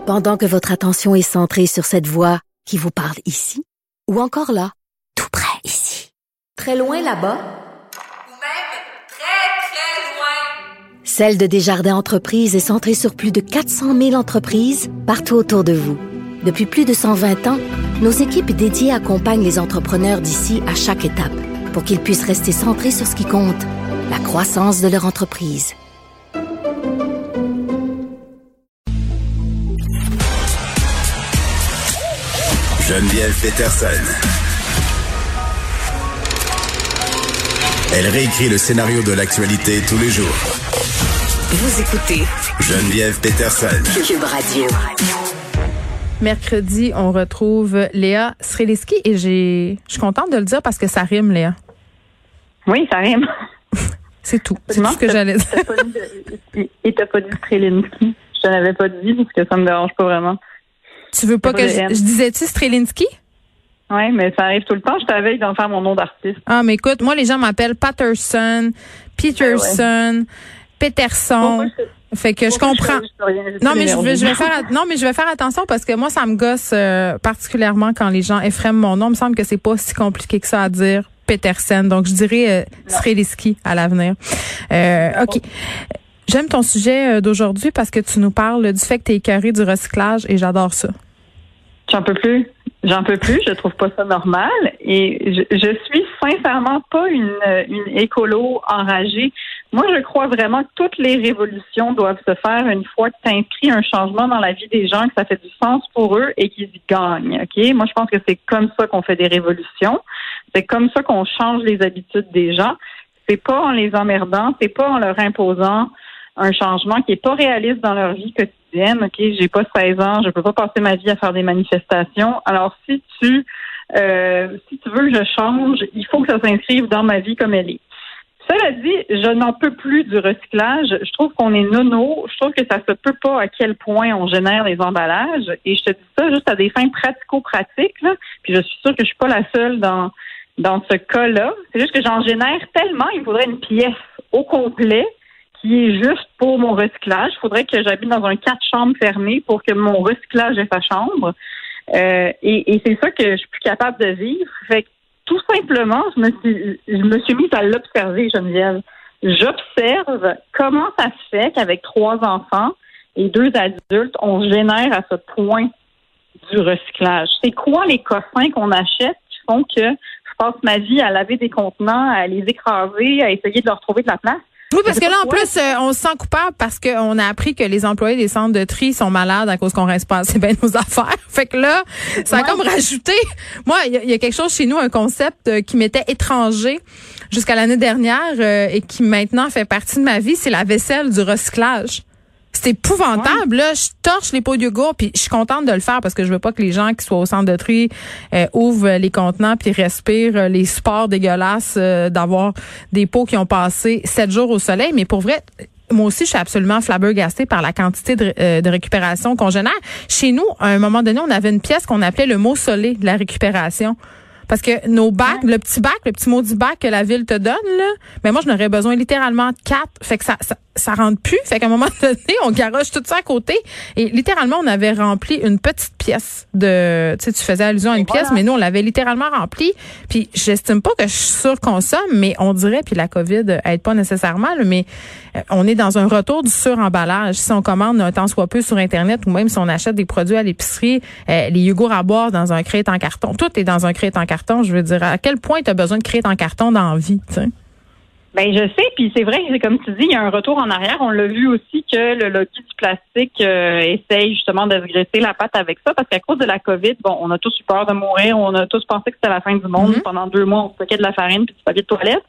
Pendant que votre attention est centrée sur cette voix qui vous parle ici, ou encore là, tout près ici, très loin là-bas, ou même très, très loin. Celle de Desjardins Entreprises est centrée sur plus de 400 000 entreprises partout autour de vous. Depuis plus de 120 ans, nos équipes dédiées accompagnent les entrepreneurs d'ici à chaque étape pour qu'ils puissent rester centrés sur ce qui compte, la croissance de leur entreprise. Geneviève Peterson. Elle réécrit le scénario de l'actualité tous les jours. Vous écoutez Geneviève Peterson. Cube Radio. Mercredi, on retrouve Léa Sreliski et je suis contente de le dire parce que ça rime, Léa. Oui, ça rime. C'est tout. C'est tout ce que j'allais dire. Et t'as pas dit Strelinski. Je te l'avais pas dit parce que ça me dérange pas vraiment. Tu veux pas que je disais-tu Strelinski? Oui, mais ça arrive tout le temps. Je t'avais d'en faire mon nom d'artiste. Ah, mais écoute, moi, les gens m'appellent Peterson, Peterson. Fait que je comprends. Non, mais je vais faire attention parce que moi, ça me gosse particulièrement quand les gens effrèment mon nom. Il me semble que c'est pas si compliqué que ça à dire. Peterson. Donc, je dirais Sreliski à l'avenir. OK. J'aime ton sujet d'aujourd'hui parce que tu nous parles du fait que tu es écœuré du recyclage et j'adore ça. J'en peux plus. Je trouve pas ça normal. Et je suis sincèrement pas une écolo enragée. Moi, je crois vraiment que toutes les révolutions doivent se faire une fois que tu inscris un changement dans la vie des gens, que ça fait du sens pour eux et qu'ils y gagnent. OK? Moi, je pense que c'est comme ça qu'on fait des révolutions. C'est comme ça qu'on change les habitudes des gens. C'est pas en les emmerdant, c'est pas en leur imposant un changement qui est pas réaliste dans leur vie quotidienne. OK, j'ai pas 16 ans, je peux pas passer ma vie à faire des manifestations. Alors si tu veux que je change, il faut que ça s'inscrive dans ma vie comme elle est. Cela dit, je n'en peux plus du recyclage. Je trouve qu'on est nono. Je trouve que ça se peut pas à quel point on génère les emballages. Et je te dis ça juste à des fins pratico-pratiques, là. Puis je suis sûre que je suis pas la seule dans ce cas-là. C'est juste que j'en génère tellement, il faudrait une pièce au complet qui est juste pour mon recyclage. Il faudrait que j'habite dans un 4 chambres fermé pour que mon recyclage ait sa chambre. Et c'est ça que je suis plus capable de vivre. Fait que tout simplement, je me suis mise à l'observer, Geneviève. J'observe comment ça se fait qu'avec 3 enfants et 2 adultes, on génère à ce point du recyclage. C'est quoi les cossins qu'on achète qui font que je passe ma vie à laver des contenants, à les écraser, à essayer de leur trouver de la place? Oui, parce que là, en plus, on se sent coupable parce qu'on a appris que les employés des centres de tri sont malades à cause qu'on rince pas assez bien nos affaires. Fait que là, ça a comme rajouté. Moi, il y a quelque chose chez nous, un concept qui m'était étranger jusqu'à l'année dernière et qui maintenant fait partie de ma vie, c'est la vaisselle du recyclage. C'est épouvantable, là. Je torche les pots de yogourt, puis je suis contente de le faire parce que je veux pas que les gens qui soient au centre de tri ouvrent les contenants puis respirent les spores dégueulasses d'avoir des pots qui ont passé 7 jours au soleil. Mais pour vrai, moi aussi, je suis absolument flabbergastée par la quantité de récupération qu'on génère. Chez nous, à un moment donné, on avait une pièce qu'on appelait le mausolée de la récupération. Parce que nos bacs, le petit maudit bac que la ville te donne, là, mais moi, je n'aurais besoin littéralement de 4. Fait que ça rentre plus. Fait qu'à un moment donné, on garoche tout ça à côté. Et littéralement, on avait rempli une petite pièce de, tu sais, tu faisais allusion à une pièce, mais nous, on l'avait littéralement remplie. Puis, j'estime pas que je surconsomme, mais on dirait, puis la COVID aide pas nécessairement, là, mais on est dans un retour du suremballage. Si on commande un tant soit peu sur Internet ou même si on achète des produits à l'épicerie, les yogourts à boire dans un crate en carton. Tout est dans un crate en carton. Je veux dire, à quel point tu as besoin de crate en carton dans la vie, tu sais? Ben je sais, puis c'est vrai que comme tu dis, il y a un retour en arrière. On l'a vu aussi que le lobby du plastique essaye justement de se graisser la patte avec ça, parce qu'à cause de la COVID, bon, on a tous eu peur de mourir, on a tous pensé que c'était la fin du monde. Pendant 2 mois, on stockait de la farine puis du papier de toilette.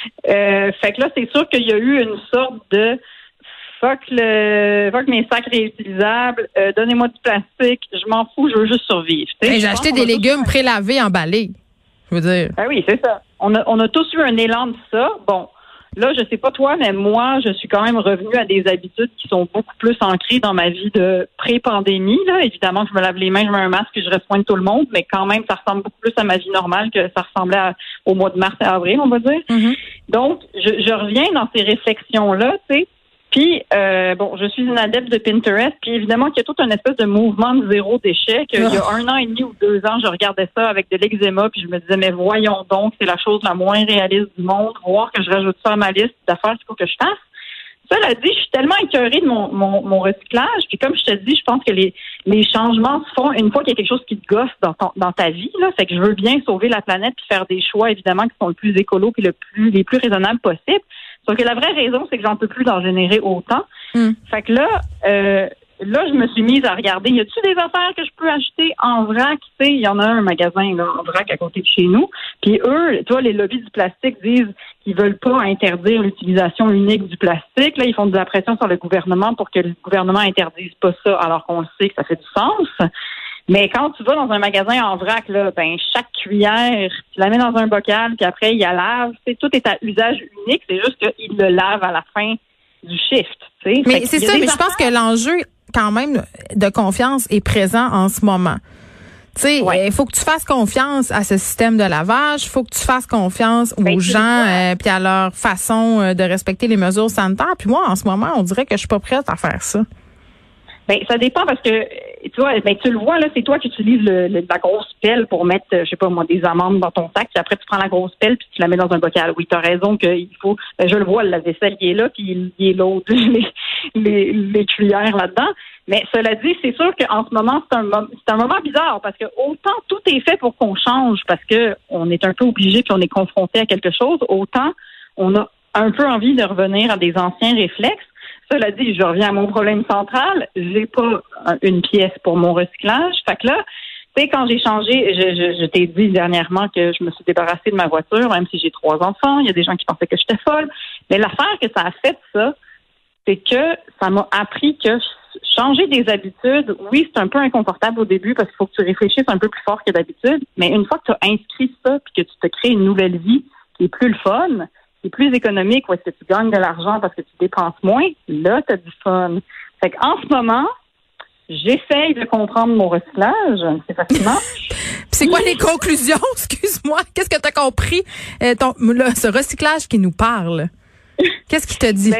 Fait que là, c'est sûr qu'il y a eu une sorte de fuck mes sacs réutilisables, donnez-moi du plastique, je m'en fous, je veux juste survivre. J'ai acheté des légumes prélavés, emballés. Je veux dire. Ben oui, c'est ça. On a tous eu un élan de ça. Bon, là, je sais pas toi, mais moi, je suis quand même revenue à des habitudes qui sont beaucoup plus ancrées dans ma vie de pré-pandémie. Là, évidemment, je me lave les mains, je mets un masque et je reçois tout le monde, mais quand même, ça ressemble beaucoup plus à ma vie normale que ça ressemblait au mois de mars et avril, on va dire. Donc, je reviens dans ces réflexions-là, tu sais. Puis, je suis une adepte de Pinterest, puis évidemment qu'il y a tout un espèce de mouvement de zéro déchet, qu'il y a 1 an et demi ou 2 ans, je regardais ça avec de l'eczéma, puis je me disais, mais voyons donc, c'est la chose la moins réaliste du monde, voir que je rajoute ça à ma liste d'affaires qu'il faut que je fasse. Cela dit, je suis tellement écœurée de mon recyclage, puis comme je te dis, je pense que les changements se font une fois qu'il y a quelque chose qui te gosse dans ta vie, là, fait que je veux bien sauver la planète puis faire des choix, évidemment, qui sont le plus écolos puis les plus raisonnables possibles. Sauf que la vraie raison, c'est que j'en peux plus d'en générer autant. Fait que là, je me suis mise à regarder, y a-t-il des affaires que je peux acheter en vrac? Tu sais, il y en a un magasin là, en vrac à côté de chez nous. Puis eux, toi, les lobbies du plastique disent qu'ils veulent pas interdire l'utilisation unique du plastique. Là, ils font de la pression sur le gouvernement pour que le gouvernement interdise pas ça, alors qu'on sait que ça fait du sens. Mais quand tu vas dans un magasin en vrac, là, chaque cuillère, tu la mets dans un bocal, puis après, il la lave. Tout est à usage unique. C'est juste qu'il le lave à la fin du shift. T'sais. Mais c'est ça, mais je pense que l'enjeu, quand même, de confiance est présent en ce moment. Tu sais, il faut que tu fasses confiance à ce système de lavage. Il faut que tu fasses confiance aux gens puis à leur façon de respecter les mesures sanitaires. Puis moi, en ce moment, on dirait que je suis pas prête à faire ça. Ça dépend parce que tu vois, tu le vois là, c'est toi qui utilises la grosse pelle pour mettre, je sais pas moi, des amandes dans ton sac. Puis après tu prends la grosse pelle puis tu la mets dans un bocal. Oui, t'as raison qu'il faut. Je le vois, la vaisselle qui est là puis il est l'autre les cuillères là-dedans. Mais cela dit, c'est sûr qu'en ce moment c'est un moment bizarre parce que autant tout est fait pour qu'on change parce que on est un peu obligé puis on est confronté à quelque chose, autant on a un peu envie de revenir à des anciens réflexes. Cela dit, je reviens à mon problème central. J'ai pas une pièce pour mon recyclage. Fait que là, tu sais, quand j'ai changé, je t'ai dit dernièrement que je me suis débarrassée de ma voiture, même si j'ai 3 enfants. Il y a des gens qui pensaient que j'étais folle. Mais l'affaire que ça a fait, ça, c'est que ça m'a appris que changer des habitudes, oui, c'est un peu inconfortable au début parce qu'il faut que tu réfléchisses un peu plus fort que d'habitude. Mais une fois que tu as inscrit ça puis que tu te crées une nouvelle vie qui est plus le fun, c'est plus économique, où est-ce que tu gagnes de l'argent parce que tu dépenses moins, là, tu as du fun. Fait qu'en ce moment, j'essaye de comprendre mon recyclage. C'est fascinant. C'est quoi les conclusions? Excuse-moi. Qu'est-ce que tu as compris? Ce recyclage qui nous parle. Qu'est-ce qu'il te dit?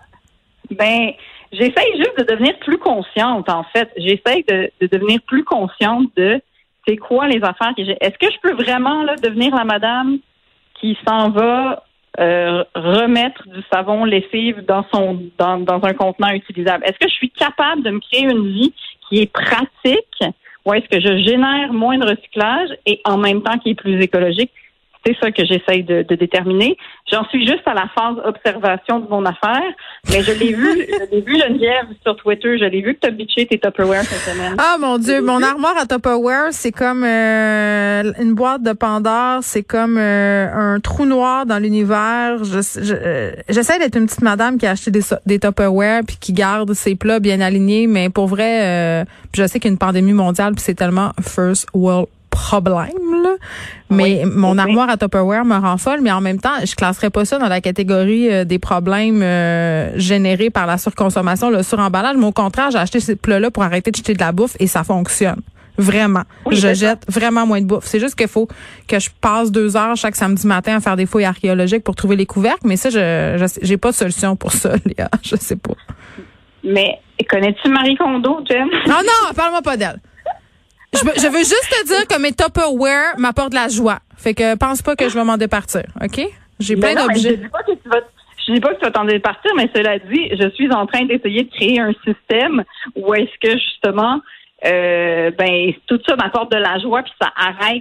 J'essaye juste de devenir plus consciente, en fait. J'essaye de devenir plus consciente de c'est quoi les affaires que j'ai. Est-ce que je peux vraiment là devenir la madame qui s'en va remettre du savon lessive dans un contenant utilisable? Est-ce que je suis capable de me créer une vie qui est pratique ou est-ce que je génère moins de recyclage et en même temps qui est plus écologique? C'est ça que j'essaye de déterminer. J'en suis juste à la phase observation de mon affaire, mais je l'ai vu Geneviève sur Twitter, je l'ai vu que tu as bitché tes Tupperware cette semaine. Ah mon Dieu, mon armoire à Tupperware, c'est comme une boîte de Pandore, c'est comme un trou noir dans l'univers. J'essaie d'être une petite madame qui a acheté des Tupperware puis qui garde ses plats bien alignés, mais pour vrai, je sais qu'il y a une pandémie mondiale puis c'est tellement first world problème, là. Mais mon armoire à Tupperware me rend folle, mais en même temps, je classerais pas ça dans la catégorie des problèmes générés par la surconsommation, le suremballage. Mais au contraire, j'ai acheté ces plats-là pour arrêter de jeter de la bouffe et ça fonctionne. Vraiment. Oui, je jette vraiment moins de bouffe. C'est juste qu'il faut que je passe 2 heures chaque samedi matin à faire des fouilles archéologiques pour trouver les couvercles, mais ça, j'ai pas de solution pour ça, Léa. Je sais pas. Mais connais-tu Marie Kondo, Jen? Non, parle-moi pas d'elle. Je veux juste te dire que mes Tupperware m'apportent de la joie. Fait que pense pas que je vais m'en départir, OK? J'ai plein d'objets. Je dis pas que tu vas t'en départir, mais cela dit, je suis en train d'essayer de créer un système où est-ce que justement tout ça m'apporte de la joie puis ça arrête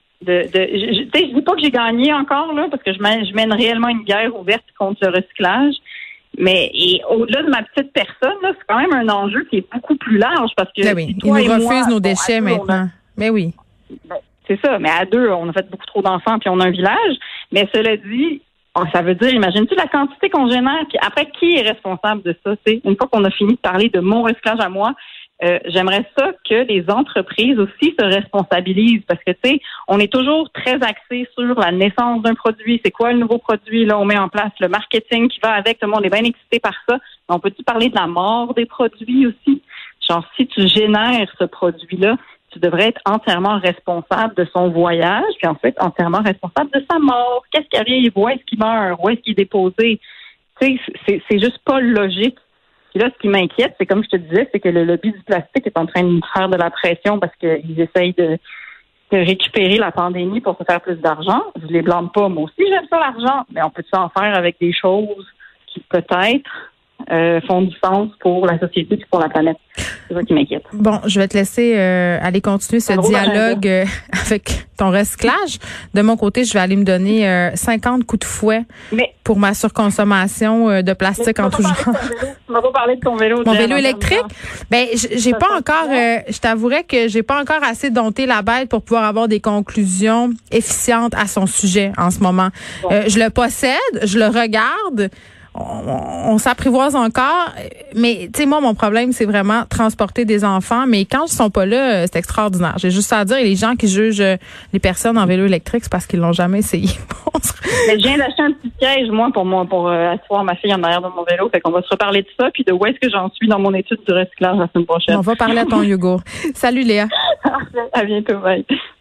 je dis pas que j'ai gagné encore là parce que je mène réellement une guerre ouverte contre le recyclage. Mais au-delà de ma petite personne, là, c'est quand même un enjeu qui est beaucoup plus large parce que ils nous refusent nos déchets maintenant. Mais oui. C'est ça. Mais à 2, on a fait beaucoup trop d'enfants puis on a un village. Mais cela dit, ça veut dire, imagine-tu la quantité qu'on génère puis après, qui est responsable de ça? T'sais? Une fois qu'on a fini de parler de mon recyclage à moi, j'aimerais ça que les entreprises aussi se responsabilisent parce que, tu sais, on est toujours très axé sur la naissance d'un produit. C'est quoi le nouveau produit? Là, on met en place le marketing qui va avec. Tout le monde est bien excité par ça. Mais on peut-tu parler de la mort des produits aussi? Genre, si tu génères ce produit-là, tu devrais être entièrement responsable de son voyage puis en fait, entièrement responsable de sa mort. Qu'est-ce qui arrive? Où est-ce qu'il meurt? Où est-ce qu'il est déposé? Tu sais, c'est juste pas logique. Puis là, ce qui m'inquiète, c'est comme je te disais, c'est que le lobby du plastique est en train de nous faire de la pression parce qu'ils essayent de récupérer la pandémie pour se faire plus d'argent. Je les blâme pas. Moi aussi, j'aime ça l'argent, mais on peut en faire avec des choses qui peut-être font du sens pour la société et pour la planète. C'est ça qui m'inquiète. Bon, je vais te laisser aller continuer ce dialogue avec ton recyclage. De mon côté, je vais aller me donner 50 coups de fouet pour ma surconsommation de plastique en tout genre. Tu m'as pas parlé de ton vélo. Mon vélo électrique? Ben, j'ai pas encore, je t'avouerais que j'ai pas encore assez dompté la bête pour pouvoir avoir des conclusions efficientes à son sujet en ce moment. Bon. Je le possède, je le regarde. On s'apprivoise encore, mais tu sais, moi, mon problème, c'est vraiment transporter des enfants, mais quand ils sont pas là, c'est extraordinaire. J'ai juste ça à dire, et les gens qui jugent les personnes en vélo électrique, c'est parce qu'ils l'ont jamais essayé. Mais je viens d'acheter un petit siège, moi, pour asseoir ma fille en arrière de mon vélo, fait qu'on va se reparler de ça, puis de où est-ce que j'en suis dans mon étude du recyclage la semaine prochaine. On va parler à ton yogourt. Salut, Léa. À bientôt, bye.